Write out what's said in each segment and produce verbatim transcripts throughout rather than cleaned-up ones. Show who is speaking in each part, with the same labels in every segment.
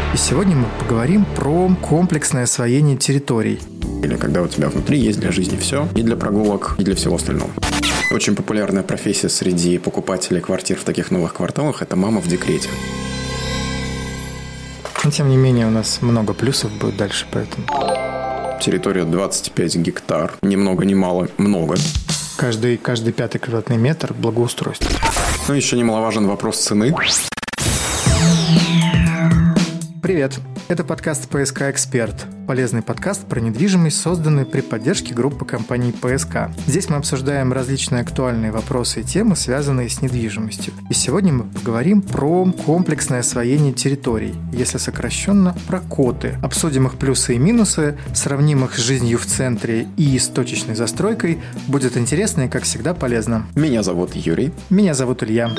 Speaker 1: И сегодня мы поговорим про комплексное освоение территорий.
Speaker 2: Или когда у тебя внутри есть для жизни все, и для прогулок, и для всего остального. Очень популярная профессия среди покупателей квартир в таких новых кварталах – это мама в декрете.
Speaker 1: Но, тем не менее, у нас много плюсов будет дальше, поэтому...
Speaker 2: Территория двадцать пять гектар. Ни много, ни мало. Много.
Speaker 1: Каждый, каждый пятый квадратный метр – благоустройство.
Speaker 2: Ну, еще немаловажен вопрос цены.
Speaker 1: Привет! Это подкаст пэ эс ка Эксперт. Полезный подкаст про недвижимость, созданный при поддержке группы компаний пэ эс ка. Здесь мы обсуждаем различные актуальные вопросы и темы, связанные с недвижимостью. И сегодня мы поговорим про комплексное освоение территорий, если сокращенно, про КОТы. Обсудим их плюсы и минусы, сравним их с жизнью в центре и с точечной застройкой. Будет интересно и, как всегда, полезно.
Speaker 2: Меня зовут Юрий.
Speaker 1: Меня зовут Илья.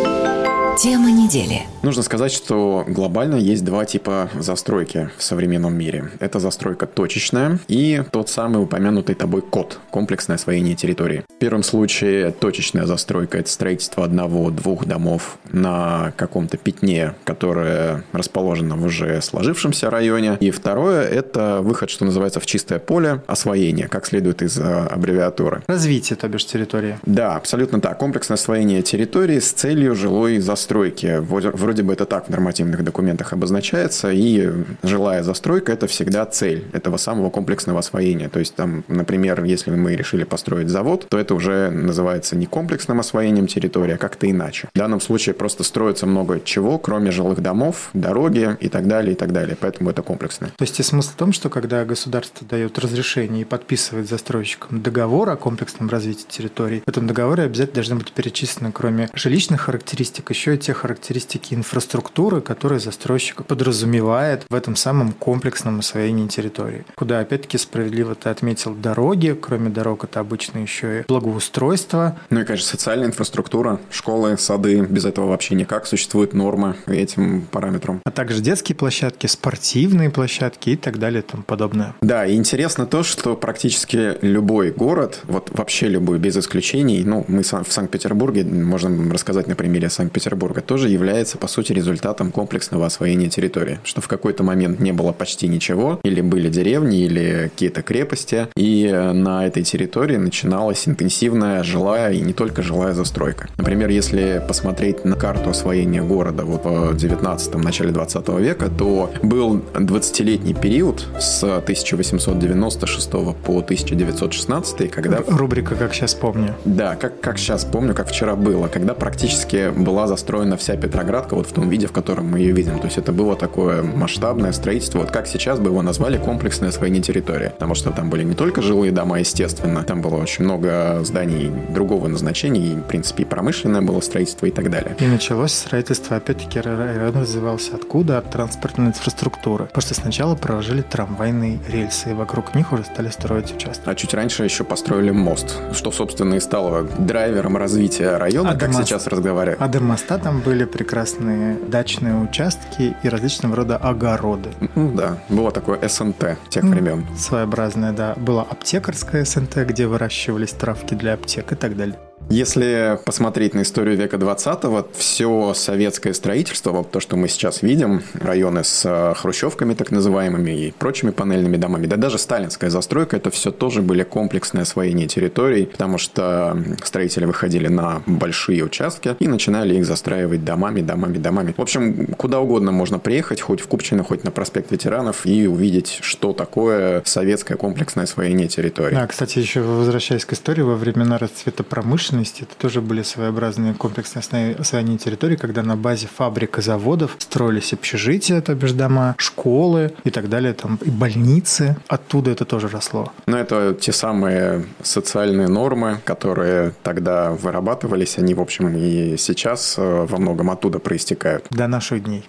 Speaker 3: Тема недели.
Speaker 2: Нужно сказать, что глобально есть два типа застройки в современном мире. Это застройка точечная и тот самый упомянутый тобой КОТ – комплексное освоение территории. В первом случае точечная застройка – это строительство одного-двух домов на каком-то пятне, которое расположено в уже сложившемся районе. И второе – это выход, что называется, в чистое поле, освоение, как следует из аббревиатуры.
Speaker 1: Развитие, то бишь, территории.
Speaker 2: Да, абсолютно так. Комплексное освоение территории с целью жилой застройки. Застройки. Вроде бы это так в нормативных документах обозначается, и жилая застройка – это всегда цель этого самого комплексного освоения. То есть, там, например, если мы решили построить завод, то это уже называется не комплексным освоением территории, а как-то иначе. В данном случае просто строится много чего, кроме жилых домов, дороги и так далее, и так далее. Поэтому это комплексное.
Speaker 1: То есть, и смысл в том, что когда государство дает разрешение и подписывает с застройщиком договор о комплексном развитии территории, в этом договоре обязательно должны быть перечислены, кроме жилищных характеристик, еще и те характеристики инфраструктуры, которые застройщик подразумевает в этом самом комплексном освоении территории. Куда, опять-таки, справедливо ты отметил дороги, кроме дорог это обычно еще и благоустройство.
Speaker 2: Ну и, конечно, социальная инфраструктура, школы, сады, без этого вообще никак. Существует норма этим параметрам.
Speaker 1: А также детские площадки, спортивные площадки и так далее и тому подобное.
Speaker 2: Да, и интересно то, что практически любой город, вот вообще любой, без исключений, ну, мы в Санкт-Петербурге, можем рассказать на примере Санкт-Петербурга, тоже является, по сути, результатом комплексного освоения территории. Что в какой-то момент не было почти ничего, или были деревни, или какие-то крепости, и на этой территории начиналась интенсивная жилая и не только жилая застройка. Например, если посмотреть на карту освоения города вот в девятнадцатом, начале двадцатого века, то был двадцатилетний период с тысяча восемьсот девяносто шестого по тысяча девятьсот шестнадцатый, когда...
Speaker 1: Рубрика «Как сейчас помню».
Speaker 2: Да, как, как сейчас помню, как вчера было, когда практически была застроена вся Петроградка вот в том виде, в котором мы ее видим. То есть это было такое масштабное строительство. Вот как сейчас бы его назвали комплексное освоение территории. Потому что там были не только жилые дома, естественно, там было очень много зданий другого назначения, и, в принципе, и промышленное было строительство и так далее.
Speaker 1: И началось строительство, опять-таки, район развивался откуда? От транспортной инфраструктуры. Потому что сначала проложили трамвайные рельсы, и вокруг них уже стали строить участки.
Speaker 2: А чуть раньше еще построили мост, что, собственно, и стало драйвером развития района, а как мост... сейчас разговаривают.
Speaker 1: А до моста там были прекрасные дачные участки и различного рода огороды.
Speaker 2: Ну да, было такое эс эн тэ тех времен.
Speaker 1: Своеобразное, да. Была аптекарская эс эн тэ, где выращивались травки для аптек и так далее.
Speaker 2: Если посмотреть на историю века двадцатого, все советское строительство, вот то, что мы сейчас видим, районы с хрущевками так называемыми и прочими панельными домами, да даже сталинская застройка, это все тоже были комплексное освоение территорий, потому что строители выходили на большие участки и начинали их застраивать домами, домами, домами. В общем, куда угодно можно приехать, хоть в Купчино, хоть на проспект Ветеранов, и увидеть, что такое советское комплексное освоение территорий.
Speaker 1: Да, кстати, еще возвращаясь к истории, во времена расцвета промышленности, это тоже были своеобразные комплексные освоения территории, когда на базе фабрик и заводов строились общежития, то бишь дома, школы и так далее, там и больницы. Оттуда это тоже росло.
Speaker 2: Но это те самые социальные нормы, которые тогда вырабатывались, они, в общем, и сейчас во многом оттуда проистекают.
Speaker 1: До наших дней.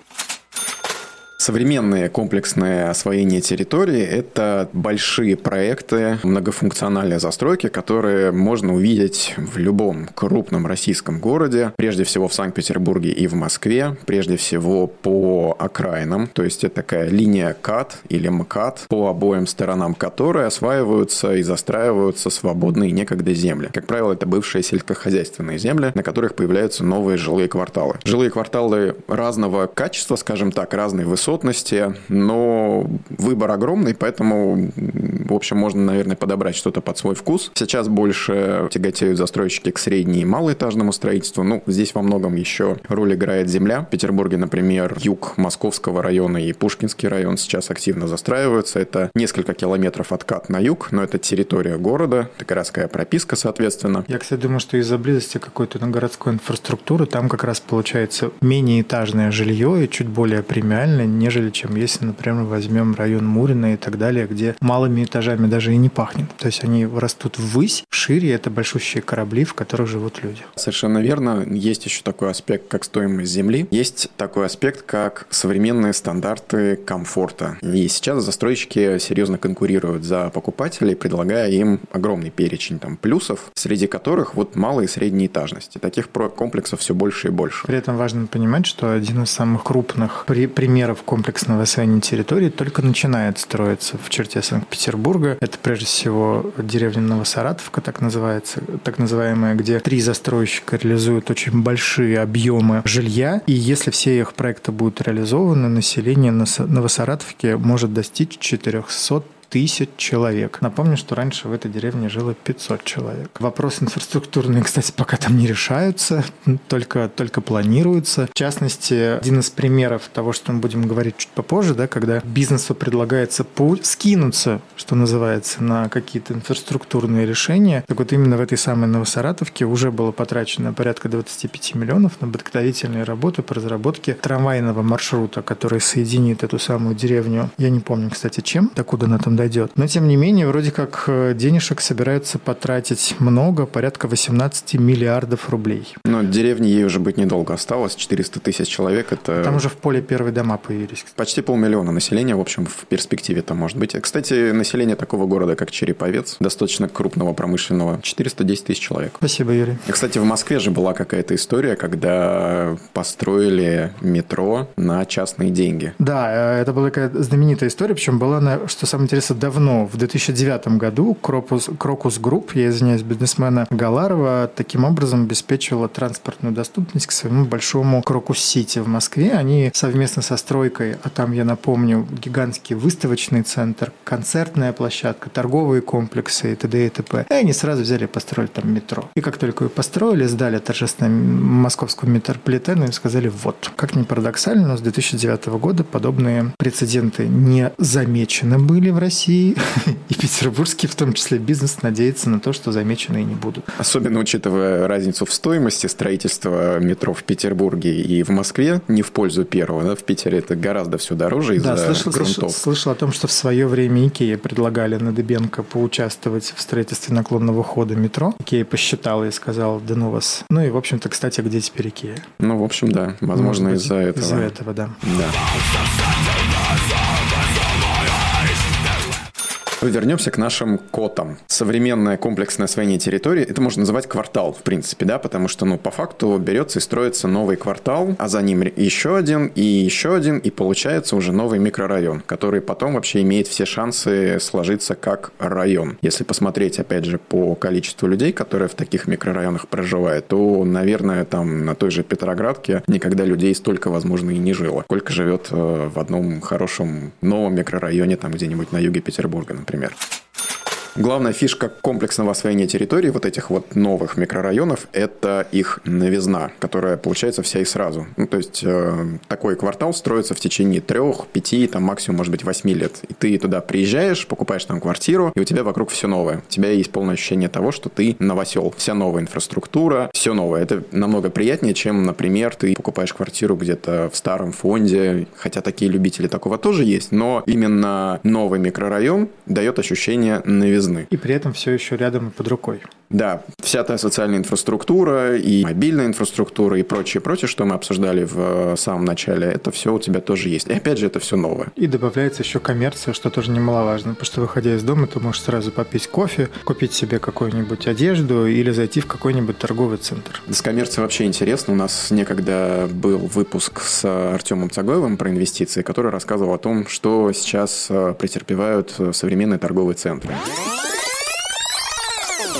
Speaker 2: Современное комплексное освоение территории – это большие проекты многофункциональной застройки, которые можно увидеть в любом крупном российском городе, прежде всего в Санкт-Петербурге и в Москве, прежде всего по окраинам, то есть это такая линия КАТ или МКАД, по обоим сторонам которой осваиваются и застраиваются свободные некогда земли. Как правило, это бывшие сельскохозяйственные земли, на которых появляются новые жилые кварталы. Жилые кварталы разного качества, скажем так, разной высоты, частотности, но выбор огромный, поэтому, в общем, можно, наверное, подобрать что-то под свой вкус. Сейчас больше тяготеют застройщики к средней и малоэтажному строительству. Ну, здесь во многом еще роль играет земля. В Петербурге, например, юг Московского района и Пушкинский район сейчас активно застраиваются. Это несколько километров откат на юг, но это территория города, это городская прописка, соответственно.
Speaker 1: Я, кстати, думаю, что из-за близости какой-то на городской инфраструктуры там как раз получается менее этажное жилье и чуть более премиальное, нежели чем если, например, возьмем район Мурина и так далее, где малыми этажами даже и не пахнет. То есть они растут ввысь, шире, это большущие корабли, в которых живут люди.
Speaker 2: Совершенно верно. Есть еще такой аспект, как стоимость земли. Есть такой аспект, как современные стандарты комфорта. И сейчас застройщики серьезно конкурируют за покупателей, предлагая им огромный перечень там, плюсов, среди которых вот малая и средняя этажность. И таких комплексов все больше и больше.
Speaker 1: При этом важно понимать, что один из самых крупных при- примеров комплексного освоения территории только начинает строиться в черте Санкт-Петербурга. Это прежде всего деревня Новосаратовка, так называется, так называемая, где три застройщика реализуют очень большие объемы жилья. И если все их проекты будут реализованы, население Новосаратовки может достичь четыреста тысяч человек. Напомню, что раньше в этой деревне жило пятьсот человек. Вопрос инфраструктурный, кстати, пока там не решаются, только, только планируются. В частности, один из примеров того, что мы будем говорить чуть попозже, да, когда бизнесу предлагается по... скинуться, что называется, на какие-то инфраструктурные решения, так вот именно в этой самой Новосаратовке уже было потрачено порядка двадцать пять миллионов на подготовительные работы по разработке трамвайного маршрута, который соединит эту самую деревню. Я не помню, кстати, чем, докуда она там дойдет. Но, тем не менее, вроде как денежек собираются потратить много, порядка восемнадцать миллиардов рублей.
Speaker 2: Но деревне ей уже быть недолго осталось, четыреста тысяч человек. Это...
Speaker 1: Там уже в поле первые дома появились.
Speaker 2: Почти полмиллиона населения, в общем, в перспективе-то может быть. Кстати, население такого города, как Череповец, достаточно крупного промышленного, четыреста десять тысяч человек.
Speaker 1: Спасибо, Юрий.
Speaker 2: Кстати, в Москве же была какая-то история, когда построили метро на частные деньги.
Speaker 1: Да, это была такая знаменитая история, причем была она, что самое интересное, давно, в две тысячи девятом году Крокус, Крокус Групп, я извиняюсь, бизнесмена Галарова, таким образом обеспечивала транспортную доступность к своему большому Крокус-Сити в Москве. Они совместно со стройкой, а там, я напомню, гигантский выставочный центр, концертная площадка, торговые комплексы и т.д. и т.п. И они сразу взяли и построили там метро. И как только ее построили, сдали торжественно московскому метрополитену и сказали, вот. Как ни парадоксально, но с две тысячи девятого года подобные прецеденты не замечены были в России. И петербургский, в том числе, бизнес надеется на то, что замечены и не будут.
Speaker 2: Особенно учитывая разницу в стоимости строительства метро в Петербурге и в Москве, не в пользу первого. Да? В Питере это гораздо все дороже из-за
Speaker 1: да, слышал,
Speaker 2: грунтов.
Speaker 1: Слышал, слышал о том, что в свое время Икея предлагали на Дыбенко поучаствовать в строительстве наклонного хода метро. Икея посчитала и сказала, да ну вас. Ну и, в общем-то, кстати, где теперь Икея?
Speaker 2: Ну, в общем, да. Возможно,
Speaker 1: быть,
Speaker 2: из-за этого.
Speaker 1: Из-за этого, да.
Speaker 2: Да. Вернемся к нашим котам. Современное комплексное освоение территории, это можно называть квартал, в принципе, да, потому что, ну, по факту берется и строится новый квартал, а за ним еще один и еще один, и получается уже новый микрорайон, который потом вообще имеет все шансы сложиться как район. Если посмотреть, опять же, по количеству людей, которые в таких микрорайонах проживают, то, наверное, там на той же Петроградке никогда людей столько, возможно, и не жило. Сколько живет в одном хорошем новом микрорайоне, там где-нибудь на юге Петербурга, например. Например. Главная фишка комплексного освоения территории вот этих вот новых микрорайонов – это их новизна, которая получается вся и сразу. Ну, то есть, э, такой квартал строится в течение трех, пяти, там, максимум, может быть, восьми лет. И ты туда приезжаешь, покупаешь там квартиру, и у тебя вокруг все новое. У тебя есть полное ощущение того, что ты новосел. Вся новая инфраструктура, все новое. Это намного приятнее, чем, например, ты покупаешь квартиру где-то в старом фонде, хотя такие любители такого тоже есть, но именно новый микрорайон дает ощущение новизны.
Speaker 1: И при этом все еще рядом и под рукой.
Speaker 2: Да, вся та социальная инфраструктура и мобильная инфраструктура и прочее, прочее, что мы обсуждали в самом начале, это все у тебя тоже есть. И опять же, это все новое.
Speaker 1: И добавляется еще коммерция, что тоже немаловажно, потому что, выходя из дома, ты можешь сразу попить кофе, купить себе какую-нибудь одежду или зайти в какой-нибудь торговый центр.
Speaker 2: С коммерцией вообще интересно. У нас некогда был выпуск с Артемом Цагоевым про инвестиции, который рассказывал о том, что сейчас претерпевают современные торговые центры.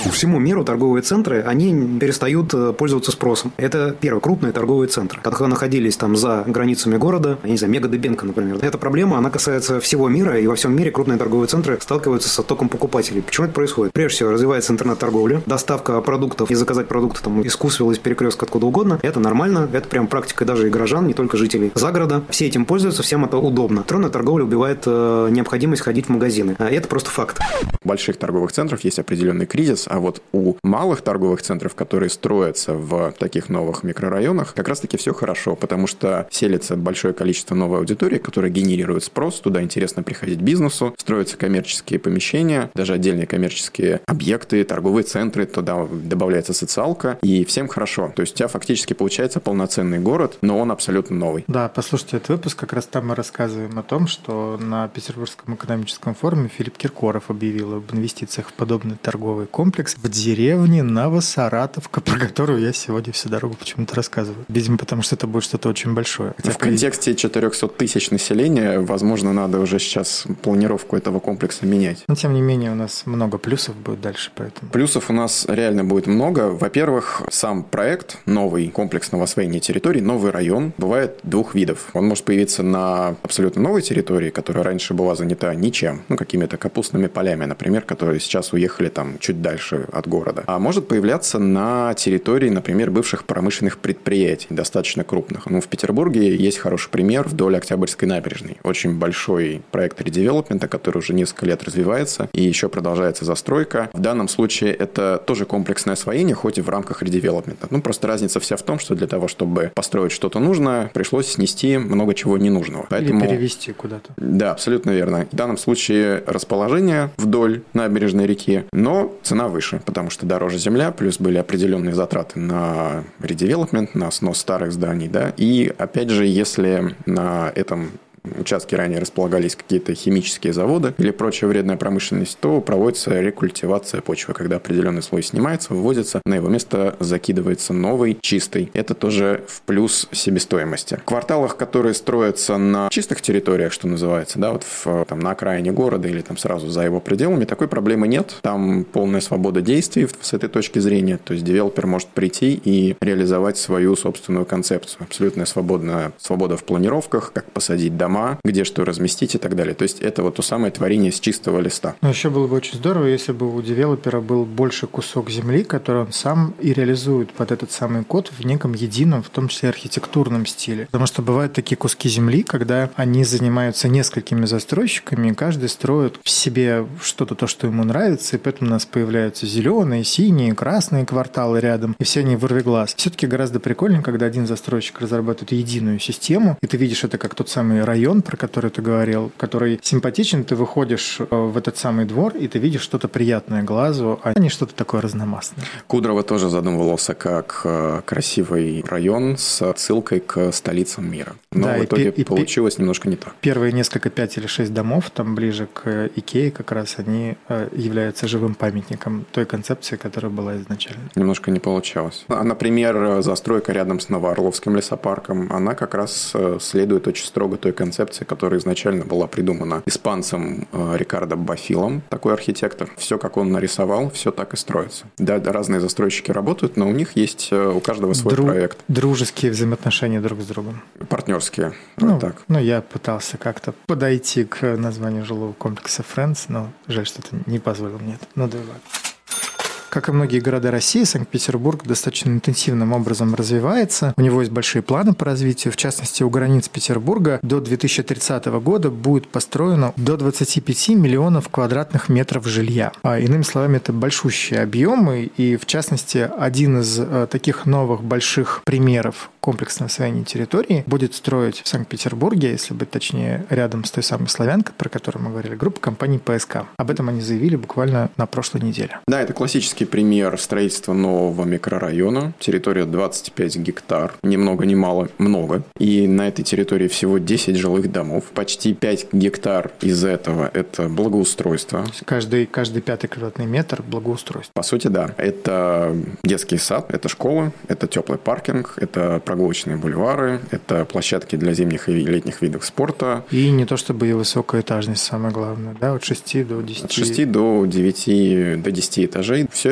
Speaker 4: По всему миру торговые центры, они перестают пользоваться спросом. Это первое, крупные торговые центры, которые находились там за границами города, я не знаю, Мега-Дыбенко, например. Эта проблема, она касается всего мира, и во всем мире крупные торговые центры сталкиваются с оттоком покупателей. Почему это происходит? Прежде всего, развивается интернет-торговля, доставка продуктов и заказать продукты там из Вкусвилла, из Перекрестка, откуда угодно. Это нормально, это прям практика даже и горожан, не только жителей загорода. Все этим пользуются, всем это удобно. Электронная торговля убивает э, необходимость ходить в магазины. Это просто факт.
Speaker 2: У больших торговых центров есть определенный кризис, а вот у малых торговых центров, которые строятся в таких новых микрорайонах, как раз-таки все хорошо, потому что селится большое количество новой аудитории, которая генерирует спрос, туда интересно приходить бизнесу, строятся коммерческие помещения, даже отдельные коммерческие объекты, торговые центры, туда добавляется социалка, и всем хорошо. То есть у тебя фактически получается полноценный город, но он абсолютно новый.
Speaker 1: Да, послушайте этот выпуск, как раз там мы рассказываем о том, что на Петербургском экономическом форуме Филипп Киркоров объявил об инвестициях в подобный торговый комплекс в деревне Новосаратовка, про которую я сегодня всю дорогу почему-то рассказываю. Видимо, потому что это будет что-то очень большое.
Speaker 2: Хотя в контексте четыреста тысяч населения, возможно, надо уже сейчас планировку этого комплекса менять.
Speaker 1: Но, тем не менее, у нас много плюсов будет дальше, поэтому...
Speaker 2: Плюсов у нас реально будет много. Во-первых, сам проект, новый комплексного освоения территорий, новый район, бывает двух видов. Он может появиться на абсолютно новой территории, которая раньше была занята ничем, ну, какими-то капустными полями, например, которые сейчас уехали там чуть дальше от города. А может появляться на территории, например, бывших промышленных предприятий, достаточно крупных. Ну, в Петербурге есть хороший пример вдоль Октябрьской набережной. Очень большой проект редевелопмента, который уже несколько лет развивается, и еще продолжается застройка. В данном случае это тоже комплексное освоение, хоть и в рамках редевелопмента. Ну, просто разница вся в том, что для того, чтобы построить что-то нужное, пришлось снести много чего ненужного. Поэтому...
Speaker 1: Или перевести куда-то.
Speaker 2: Да, абсолютно верно. В данном случае расположение вдоль набережной реки, но цена выше, потому что дороже земля, плюс были определенные затраты на редевелопмент, на снос старых зданий, да, и опять же, если на этом участке ранее располагались какие-то химические заводы или прочая вредная промышленность, то проводится рекультивация почвы, когда определенный слой снимается, выводится, на его место закидывается новый, чистый. Это тоже в плюс себестоимости. В кварталах, которые строятся на чистых территориях, что называется, да, вот в, там, на окраине города или там сразу за его пределами, такой проблемы нет. Там полная свобода действий с этой точки зрения. То есть девелопер может прийти и реализовать свою собственную концепцию. Абсолютная свободная, свобода в планировках, как посадить дома, где что разместить и так далее. То есть это вот то самое творение с чистого листа.
Speaker 1: Но еще было бы очень здорово, если бы у девелопера был больше кусок земли, который он сам и реализует под этот самый код в неком едином, в том числе архитектурном стиле. Потому что бывают такие куски земли, когда они занимаются несколькими застройщиками, и каждый строит в себе что-то, то, что ему нравится, и поэтому у нас появляются зеленые, синие, красные кварталы рядом, и все они вырви глаз. Все-таки гораздо прикольнее, когда один застройщик разрабатывает единую систему, и ты видишь это как тот самый район, про который ты говорил, который симпатичен, ты выходишь в этот самый двор, и ты видишь что-то приятное глазу, а не что-то такое разномастное.
Speaker 2: Кудрово тоже задумывался как красивый район с отсылкой к столицам мира. Но да, в итоге и, получилось и, немножко не так.
Speaker 1: Первые несколько, пять или шесть домов, там ближе к Икее, как раз они являются живым памятником той концепции, которая была изначально.
Speaker 2: Немножко не получалось. А, например, застройка рядом с Новоорловским лесопарком, она как раз следует очень строго той концепции, концепция, которая изначально была придумана испанцем Рикардо Бафилом, такой архитектор. Все, как он нарисовал, все так и строится. Да, разные застройщики работают, но у них есть у каждого свой Дру... проект.
Speaker 1: Дружеские взаимоотношения друг с другом.
Speaker 2: Партнерские.
Speaker 1: Ну,
Speaker 2: вот так.
Speaker 1: Ну, я пытался как-то подойти к названию жилого комплекса Friends, но жаль, что ты не позволил мне это. Ну, да ладно. Как и многие города России, Санкт-Петербург достаточно интенсивным образом развивается. У него есть большие планы по развитию. В частности, у границ Петербурга до две тысячи тридцатого года будет построено до двадцати пяти миллионов квадратных метров жилья. А, иными словами, это большущие объемы. И, в частности, один из а, таких новых больших примеров комплексного освоения территории будет строить в Санкт-Петербурге, если быть точнее, рядом с той самой Славянкой, про которую мы говорили, группа компаний ПСК. Об этом они заявили буквально на прошлой неделе.
Speaker 2: Да, это классический пример строительства нового микрорайона. Территория двадцать пять гектар. Ни много ни мало, много. И на этой территории всего десять жилых домов. Почти пять гектар из этого – это благоустройство.
Speaker 1: Каждый, каждый пятый квадратный метр – благоустройство.
Speaker 2: По сути, да. Это детский сад, это школа, это теплый паркинг, это прогулочные бульвары, это площадки для зимних и летних видов спорта.
Speaker 1: И не то чтобы и высокая этажность, самое главное, да, от шести до десяти.
Speaker 2: От шести до девяти, до десяти этажей. Все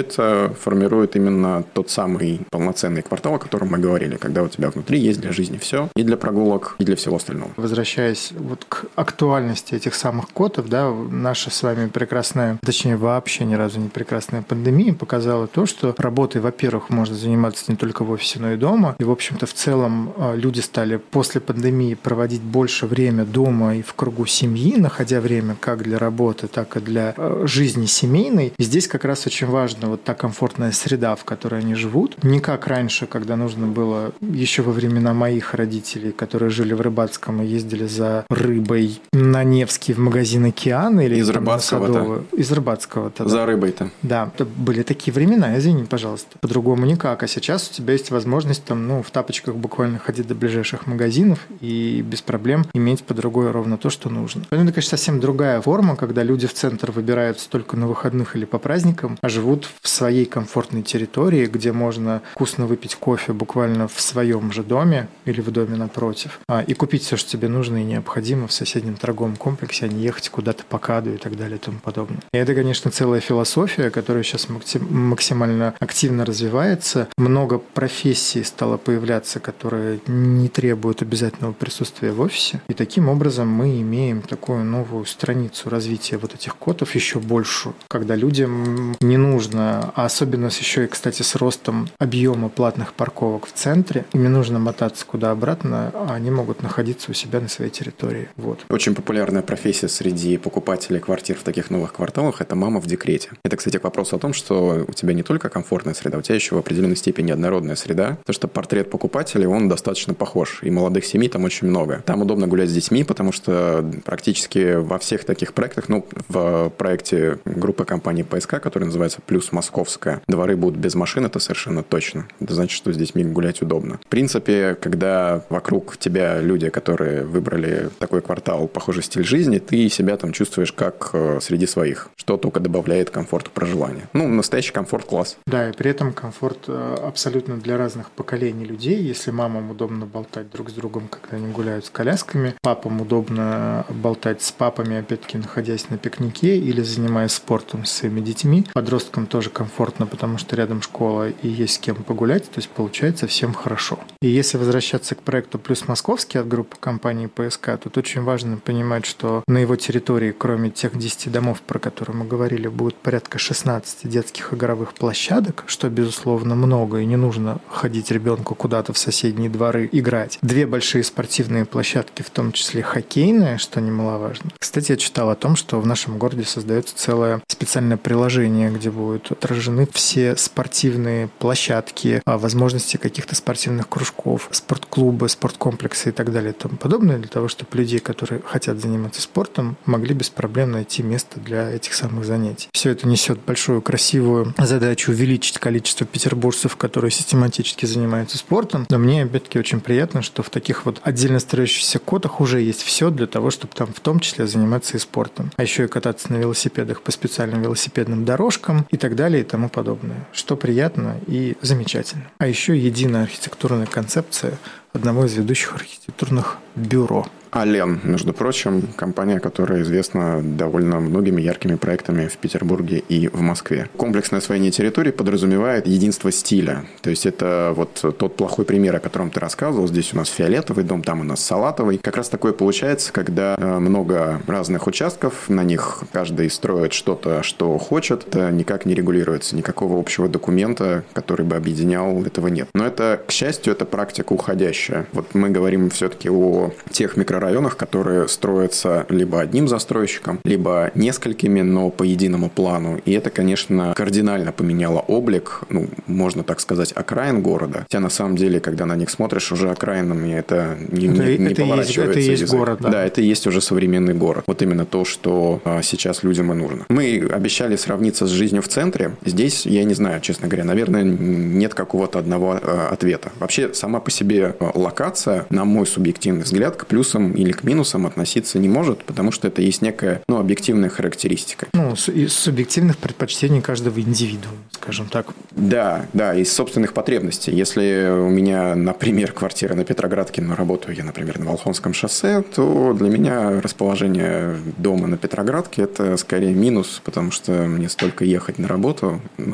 Speaker 2: это формирует именно тот самый полноценный квартал, о котором мы говорили, когда у тебя внутри есть для жизни все, и для прогулок, и для всего остального.
Speaker 1: Возвращаясь вот к актуальности этих самых котов, да, наша с вами прекрасная, точнее вообще ни разу не прекрасная пандемия показала то, что работой, во-первых, можно заниматься не только в офисе, но и дома. И, в общем-то, в целом люди стали после пандемии проводить больше время дома и в кругу семьи, находя время как для работы, так и для жизни семейной. И здесь как раз очень важна вот та комфортная среда, в которой они живут. Не как раньше, когда нужно было еще во времена моих родителей, которые жили в Рыбацком и ездили за рыбой на Невский в магазин «Океан» или
Speaker 2: из
Speaker 1: там,
Speaker 2: Рыбацкого-то.
Speaker 1: Из Рыбацкого-то.
Speaker 2: За
Speaker 1: да.
Speaker 2: рыбой-то.
Speaker 1: Да, это были такие времена, извини, пожалуйста. По-другому никак. А сейчас у тебя есть возможность там, ну, в тапочках буквально ходить до ближайших магазинов и без проблем иметь под рукой ровно то, что нужно. Это, конечно, совсем другая форма, когда люди в центр выбираются только на выходных или по праздникам, а живут в своей комфортной территории, где можно вкусно выпить кофе буквально в своем же доме или в доме напротив, и купить все, что тебе нужно и необходимо в соседнем торговом комплексе, а не ехать куда-то по КАДу и так далее и тому подобное. И это, конечно, целая философия, которая сейчас максимально активно развивается. Много профессий стало появляться, которые не требуют обязательного присутствия в офисе. И таким образом мы имеем такую новую страницу развития вот этих котов, еще большую, когда людям не нужно, а особенно еще и, кстати, с ростом объема платных парковок в центре, им не нужно мотаться куда-обратно, а они могут находиться у себя на своей территории. Вот.
Speaker 2: Очень популярная профессия среди покупателей квартир в таких новых кварталах – это мама в декрете. Это, кстати, к вопросу о том, что у тебя не только комфортная среда, у тебя еще в определенной степени однородная среда, потому что портрет покупателя, он достаточно похож, и молодых семей там очень много. Там удобно гулять с детьми, потому что практически во всех таких проектах, ну, в проекте группы компании ПСК, который называется «Плюс Московская», дворы будут без машин, это совершенно точно. Это значит, что с детьми гулять удобно. В принципе, когда вокруг тебя люди, которые выбрали такой квартал, похожий стиль жизни, ты себя там чувствуешь как среди своих, что только добавляет комфорту проживания. Ну, настоящий комфорт-класс.
Speaker 1: Да, и при этом комфорт абсолютно для разных поколений людей. Если мамам удобно болтать друг с другом, когда они гуляют с колясками, папам удобно болтать с папами, опять-таки, находясь на пикнике или занимаясь спортом с своими детьми. Подросткам тоже комфортно, потому что рядом школа и есть с кем погулять, то есть получается всем хорошо. И если возвращаться к проекту «Плюс Московский» от группы компании ПСК, тут очень важно понимать, что на его территории, кроме тех десяти домов, про которые мы говорили, будет порядка шестнадцать детских игровых площадок, что, безусловно, много, и не нужно ходить ребенку куда-то в соседние дворы играть. Две большие спортивные площадки, в том числе хоккейная, что немаловажно. Кстати, я читал о том, что в нашем городе создается целое специальное приложение, где будут отражены все спортивные площадки, возможности каких-то спортивных кружков, спортклубы, спорткомплексы и так далее и тому подобное, для того, чтобы люди, которые хотят заниматься спортом, могли без проблем найти место для этих самых занятий. Все это несет большую, красивую задачу увеличить количество петербуржцев, которые систематически занимаются спортом. Но мне, опять-таки, очень приятно, что в таких вот отдельно строящихся котах уже есть все для того, чтобы там в том числе заниматься и спортом. А еще и кататься на велосипедах по специальным велосипедным дорожкам и так далее и тому подобное. Что приятно и замечательно. А еще единая архитектурная концепция одного из ведущих архитектурных бюро.
Speaker 2: Ален, между прочим, компания, которая известна довольно многими яркими проектами в Петербурге и в Москве. Комплексное освоение территории подразумевает единство стиля. То есть это вот тот плохой пример, о котором ты рассказывал. Здесь у нас фиолетовый дом, там у нас салатовый. Как раз такое получается, когда много разных участков, на них каждый строит что-то, что хочет. Это никак не регулируется. Никакого общего документа, который бы объединял, этого нет. Но это, к счастью, это практика уходящая. Вот мы говорим все-таки о тех микрорайонах, районах, которые строятся либо одним застройщиком, либо несколькими, но по единому плану. И это, конечно, кардинально поменяло облик, ну, можно так сказать, окраин города. Хотя на самом деле, когда на них смотришь, уже окраинами это не, это,
Speaker 1: не, не
Speaker 2: это поворачивается.
Speaker 1: Есть, это есть город, да.
Speaker 2: Да, это и есть уже современный город. Вот именно то, что а, сейчас людям и нужно. Мы обещали сравниться с жизнью в центре. Здесь, я не знаю, честно говоря, наверное, нет какого-то одного а, ответа. Вообще, сама по себе локация, на мой субъективный взгляд, к плюсам или к минусам относиться не может, потому что это есть некая, ну, объективная характеристика.
Speaker 1: Ну, из субъективных предпочтений каждого индивидуума, скажем так.
Speaker 2: Да, да, из собственных потребностей. Если у меня, например, квартира на Петроградке, но работаю я, например, на Волхонском шоссе, то для меня расположение дома на Петроградке – это скорее минус, потому что мне столько ехать на работу, ну,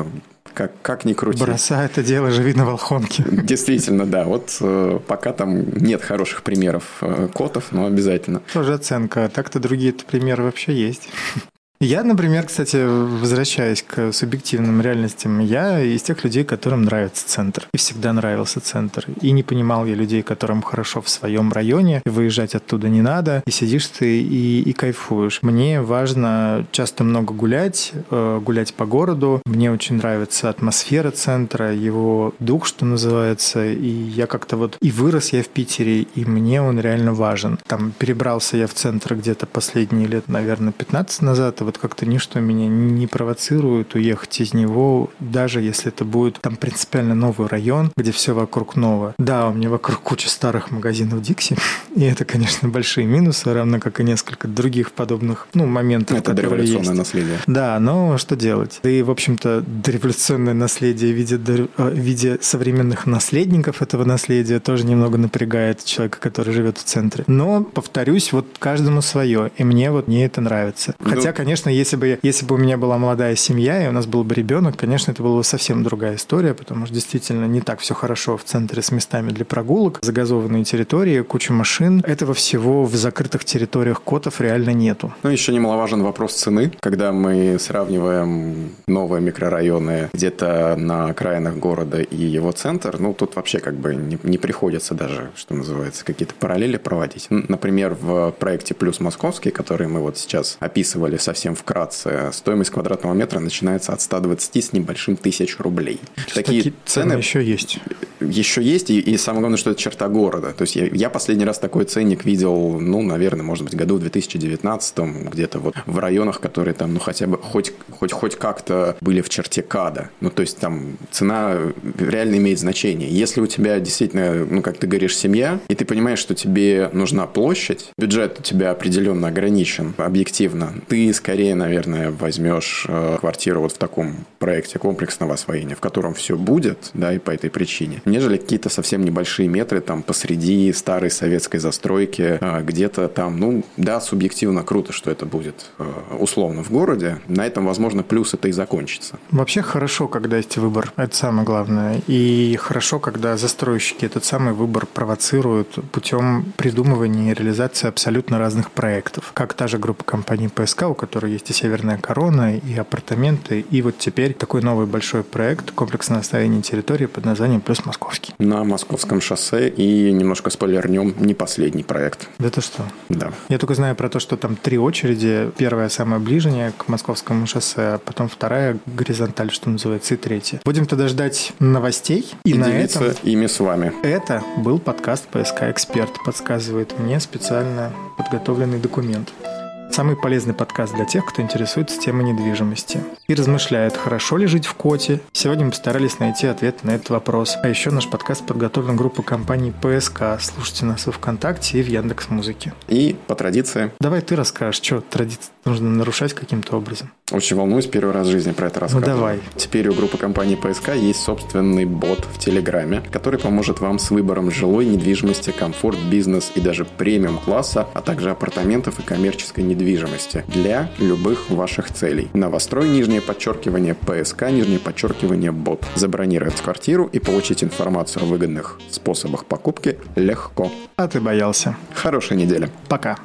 Speaker 2: Как, как ни крути.
Speaker 1: Бросай это дело, живи на Волхонке.
Speaker 2: Действительно, да. Вот э, пока там нет хороших примеров э, котов, но обязательно.
Speaker 1: Тоже оценка. Так-то другие примеры вообще есть. Я, например, кстати, возвращаясь к субъективным реальностям, я из тех людей, которым нравится центр. И всегда нравился центр. И не понимал я людей, которым хорошо в своем районе, и выезжать оттуда не надо, и сидишь ты и, и кайфуешь. Мне важно часто много гулять, гулять по городу. Мне очень нравится атмосфера центра, его дух, что называется. И я как-то вот... И вырос я в Питере, и мне он реально важен. Там перебрался я в центр где-то последние лет, наверное, пятнадцать назад, вот как-то ничто меня не провоцирует уехать из него, даже если это будет там принципиально новый район, где все вокруг новое. Да, у меня вокруг куча старых магазинов Dixie, и это, конечно, большие минусы, равно как и несколько других подобных, ну, моментов,
Speaker 2: это
Speaker 1: которые есть. Это
Speaker 2: дореволюционное наследие.
Speaker 1: Да, но что делать? И, в общем-то, дореволюционное наследие в виде, в виде современных наследников этого наследия тоже немного напрягает человека, который живет в центре. Но, повторюсь, вот каждому свое, и мне вот мне это нравится. Хотя, ну, конечно, если бы, если бы у меня была молодая семья, и у нас был бы ребенок, конечно, это была бы совсем другая история, потому что действительно не так все хорошо в центре с местами для прогулок, загазованные территории, куча машин. Этого всего в закрытых территориях котов реально нету.
Speaker 2: Ну, еще немаловажен вопрос цены. Когда мы сравниваем новые микрорайоны где-то на окраинах города и его центр, ну, тут вообще как бы не, не приходится даже, что называется, какие-то параллели проводить. Например, в проекте «Плюс Московский», который мы вот сейчас описывали совсем вкратце, стоимость квадратного метра начинается от ста двадцати с небольшим тысяч рублей.
Speaker 1: Такие, Такие цены еще есть.
Speaker 2: Еще есть, и, и самое главное, что это черта города. То есть я, я последний раз такой ценник видел, ну, наверное, может быть, году в две тысячи девятнадцатом, где-то вот в районах, которые там, ну, хотя бы хоть, хоть, хоть как-то были в черте КАДа. Ну, то есть там цена реально имеет значение. Если у тебя действительно, ну, как ты говоришь, семья, и ты понимаешь, что тебе нужна площадь, бюджет у тебя определенно ограничен, объективно, ты скорее, наверное, возьмешь э, квартиру вот в таком проекте комплексного освоения, в котором все будет, да, и по этой причине, нежели какие-то совсем небольшие метры там посреди старой советской застройки, э, где-то там, ну, да, субъективно круто, что это будет э, условно в городе, на этом, возможно, плюс это и закончится.
Speaker 1: Вообще хорошо, когда есть выбор, это самое главное, и хорошо, когда застройщики этот самый выбор провоцируют путем придумывания и реализации абсолютно разных проектов, как та же группа компаний ПСК, у которой есть и «Северная корона», и апартаменты, и вот теперь такой новый большой проект комплексное освоение территории под названием «Плюс Московский».
Speaker 2: На Московском шоссе, и немножко спойлернем, не последний проект.
Speaker 1: Это что?
Speaker 2: Да.
Speaker 1: Я только знаю про то, что там три очереди. Первая самая ближняя к Московскому шоссе, а потом вторая горизонталь, что называется, и третья. Будем тогда ждать новостей. И, и на
Speaker 2: делиться
Speaker 1: этом
Speaker 2: ими с вами.
Speaker 1: Это был подкаст «ПСК Эксперт», подсказывает мне специально подготовленный документ. Самый полезный подкаст для тех, кто интересуется темой недвижимости и размышляет, хорошо ли жить в Коте. Сегодня мы постарались найти ответ на этот вопрос. А еще наш подкаст подготовлен группой компании ПСК. Слушайте нас во ВКонтакте и в Яндекс.Музыке.
Speaker 2: И по традиции.
Speaker 1: Давай ты расскажешь, что традиции нужно нарушать каким-то образом.
Speaker 2: Очень волнуюсь, первый раз в жизни про это рассказываю.
Speaker 1: Ну давай.
Speaker 2: Теперь у группы компании ПСК есть собственный бот в Телеграме, который поможет вам с выбором жилой недвижимости, комфорт, бизнес и даже премиум класса, а также апартаментов и коммерческой недвижимости для любых ваших целей. Новострой, нижнее подчеркивание, ПСК, нижнее подчеркивание, бот. Забронировать квартиру и получить информацию о выгодных способах покупки легко.
Speaker 1: А ты боялся.
Speaker 2: Хорошей недели.
Speaker 1: Пока.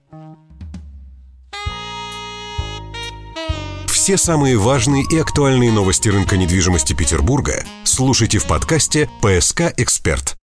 Speaker 5: Все самые важные и актуальные новости рынка недвижимости Петербурга слушайте в подкасте «ПСК Эксперт».